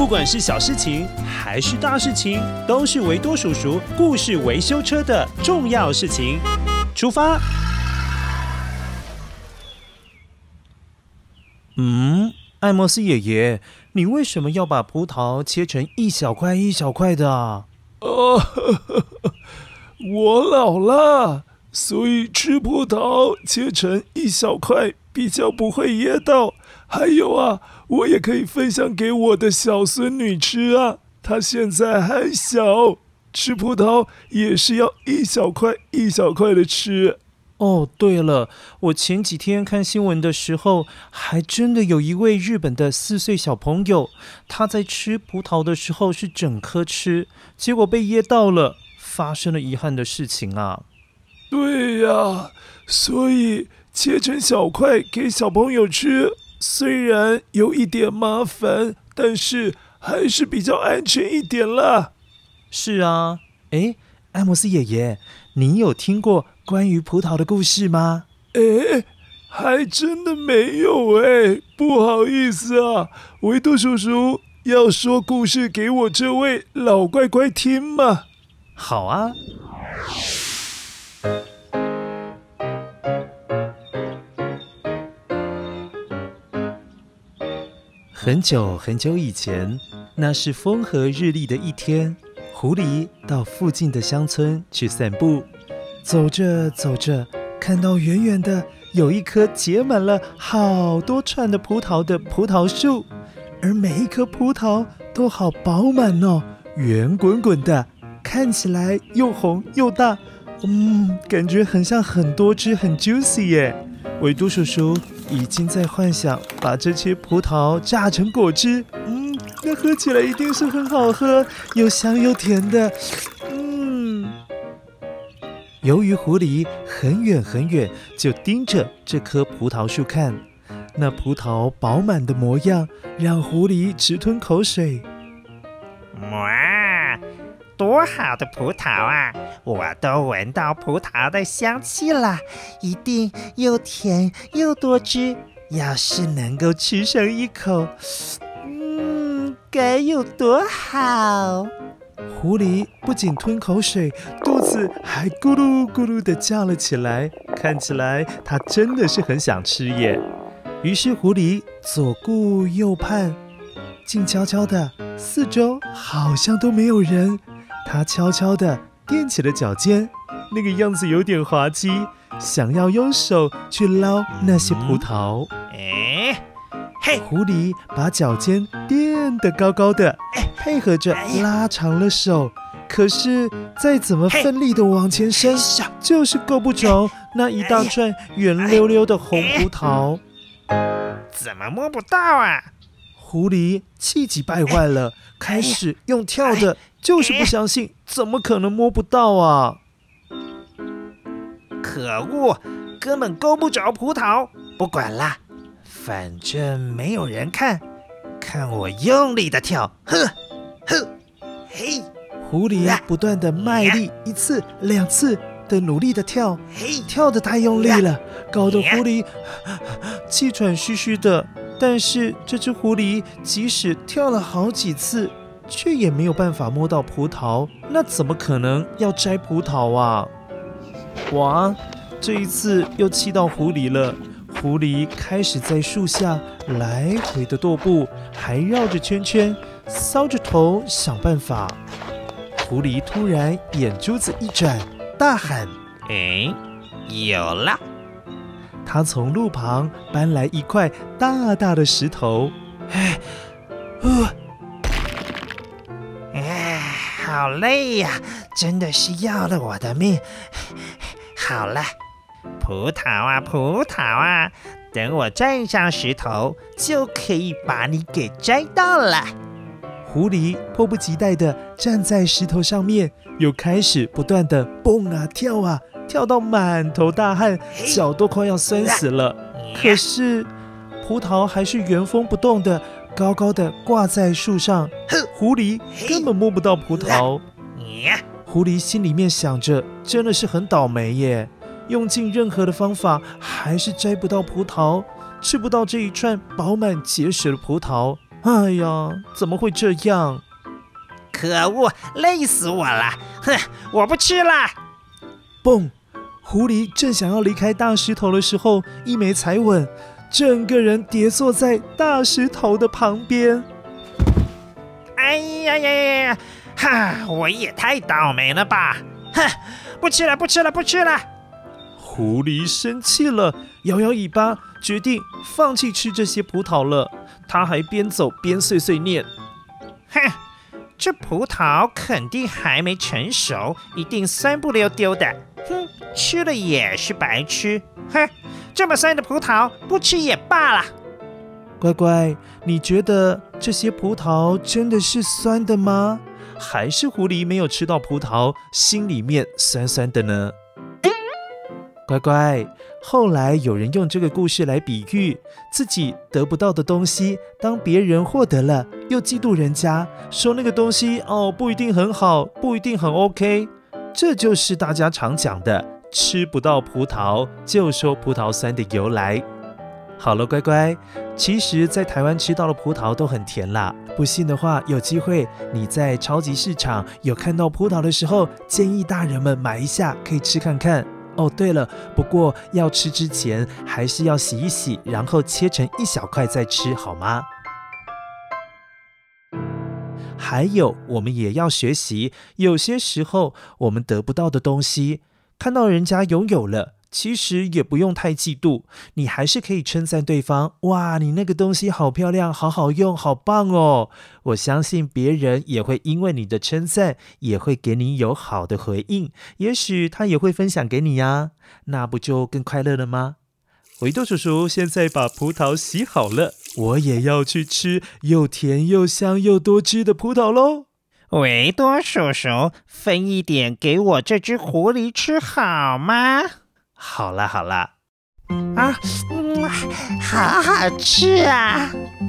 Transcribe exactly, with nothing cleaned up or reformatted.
不管是小事情还是大事情，都是维多叔叔故事维修车的重要事情。出发！嗯，艾莫斯爷爷，你为什么要把葡萄切成一小块一小块的啊？ 哦，呵呵呵，我老了，所以吃葡萄切成一小块比较不会噎到。还有啊，我也可以分享给我的小孙女吃啊，她现在还小，吃葡萄也是要一小块一小块的吃。 哦，对了，我前几天看新闻的时候，还真的有一位日本的四岁小朋友，他在吃葡萄的时候是整颗吃，结果被噎到了，发生了遗憾的事情啊。 对呀，所以切成小块给小朋友吃，虽然有一点麻烦，但是还是比较安全一点啦。 是啊，诶，艾莫斯爷爷，你有听过关于葡萄的故事吗？ 诶，还真的没有诶，不好意思啊，维多叔叔要说故事给我这位老乖乖听嘛。 好啊。很久很久以前，那是风和日丽的一天，狐狸到附近的乡村去散步。走着走着，看到远远的有一棵结满了好多串的葡萄的葡萄树，而每一颗葡萄都好饱满哦，圆滚滚的，看起来又红又大，嗯，感觉很像很多汁，很 juicy 耶。维多叔叔已经在幻想把这些葡萄榨成果汁，嗯，那喝起来一定是很好喝，又香又甜的，嗯。由于狐狸很远很远就盯着这棵葡萄树看，那葡萄饱满的模样让狐狸直吞口水。 哇，多好的葡萄啊！我都闻到葡萄的香气了，一定又甜又多汁。要是能够吃上一口，嗯，该有多好！ 狐狸不仅吞口水，肚子还咕噜咕噜地叫了起来，看起来它真的是很想吃耶。于是狐狸左顾右盼，静悄悄的，四周好像都没有人。它悄悄地踮起了脚尖，那个样子有点滑稽，想要用手去捞那些葡萄。 哎，嘿， 狐狸把脚尖垫得高高的，配合着拉长了手，可是再怎么奋力的往前伸，就是够不着那一大串圆溜溜的红葡萄。 怎么摸不到啊？ 狐狸气急败坏了，开始用跳的，就是不相信，怎么可能摸不到啊？ 可恶，根本勾不着葡萄。不管啦，反正没有人看，看我用力的跳，呵，呵，嘿！ 狐狸不断的卖力，一次两次的努力的跳，跳得太用力了，搞得狐狸气喘吁吁的。但是这只狐狸即使跳了好几次，却也没有办法摸到葡萄，那怎么可能要摘葡萄啊？哇，这一次又气到狐狸了。狐狸开始在树下来回的踱步，还绕着圈圈，搔着头想办法。狐狸突然眼珠子一转，大喊： 哎，有了！ 他从路旁搬来一块大大的石头，哎，呃， 哎，好累呀，真的是要了我的命。好了，葡萄啊，葡萄啊，等我站上石头，就可以把你给摘到了。 狐狸迫不及待地站在石头上面，又开始不断地蹦啊跳啊，跳到满头大汗，脚都快要酸死了。可是葡萄还是原封不动的高高的挂在树上，狐狸根本摸不到葡萄。狐狸心里面想着，真的是很倒霉耶，用尽任何的方法还是摘不到葡萄，吃不到这一串饱满结实的葡萄。 哎呀，怎么会这样？ 可恶，累死我了！哼，我不吃了。 蹦！狐狸正想要离开大石头的时候，一没踩稳，整个人跌坐在大石头的旁边。 哎呀呀呀呀！哈，我也太倒霉了吧！哼，不吃了，不吃了，不吃了。 狐狸生气了，摇摇尾巴，决定放弃吃这些葡萄了。他还边走边碎碎念： 哼，这葡萄肯定还没成熟，一定酸不溜丢的。哼，吃了也是白吃。哼，这么酸的葡萄不吃也罢了。 乖乖，你觉得这些葡萄真的是酸的吗？还是狐狸没有吃到葡萄，心里面酸酸的呢？乖乖，后来有人用这个故事来比喻自己得不到的东西，当别人获得了，又嫉妒人家，说那个东西哦不一定很好，不一定很 OK， 这就是大家常讲的吃不到葡萄就说葡萄酸的由来。好了，乖乖，其实在台湾吃到的葡萄都很甜啦。不信的话，有机会你在超级市场有看到葡萄的时候，建议大人们买一下，可以吃看看。哦，对了，不过要吃之前还是要洗一洗，然后切成一小块再吃，好吗？还有，我们也要学习，有些时候我们得不到的东西，看到人家拥有了，其实也不用太嫉妒，你还是可以称赞对方，哇，你那个东西好漂亮，好好用，好棒哦。我相信别人也会因为你的称赞，也会给你有好的回应，也许他也会分享给你呀，那不就更快乐了吗？维多叔叔现在把葡萄洗好了，我也要去吃又甜又香又多汁的葡萄咯。 维多叔叔，分一点给我这只狐狸吃好吗？ 好啦好啦， 啊，嗯，好好吃啊！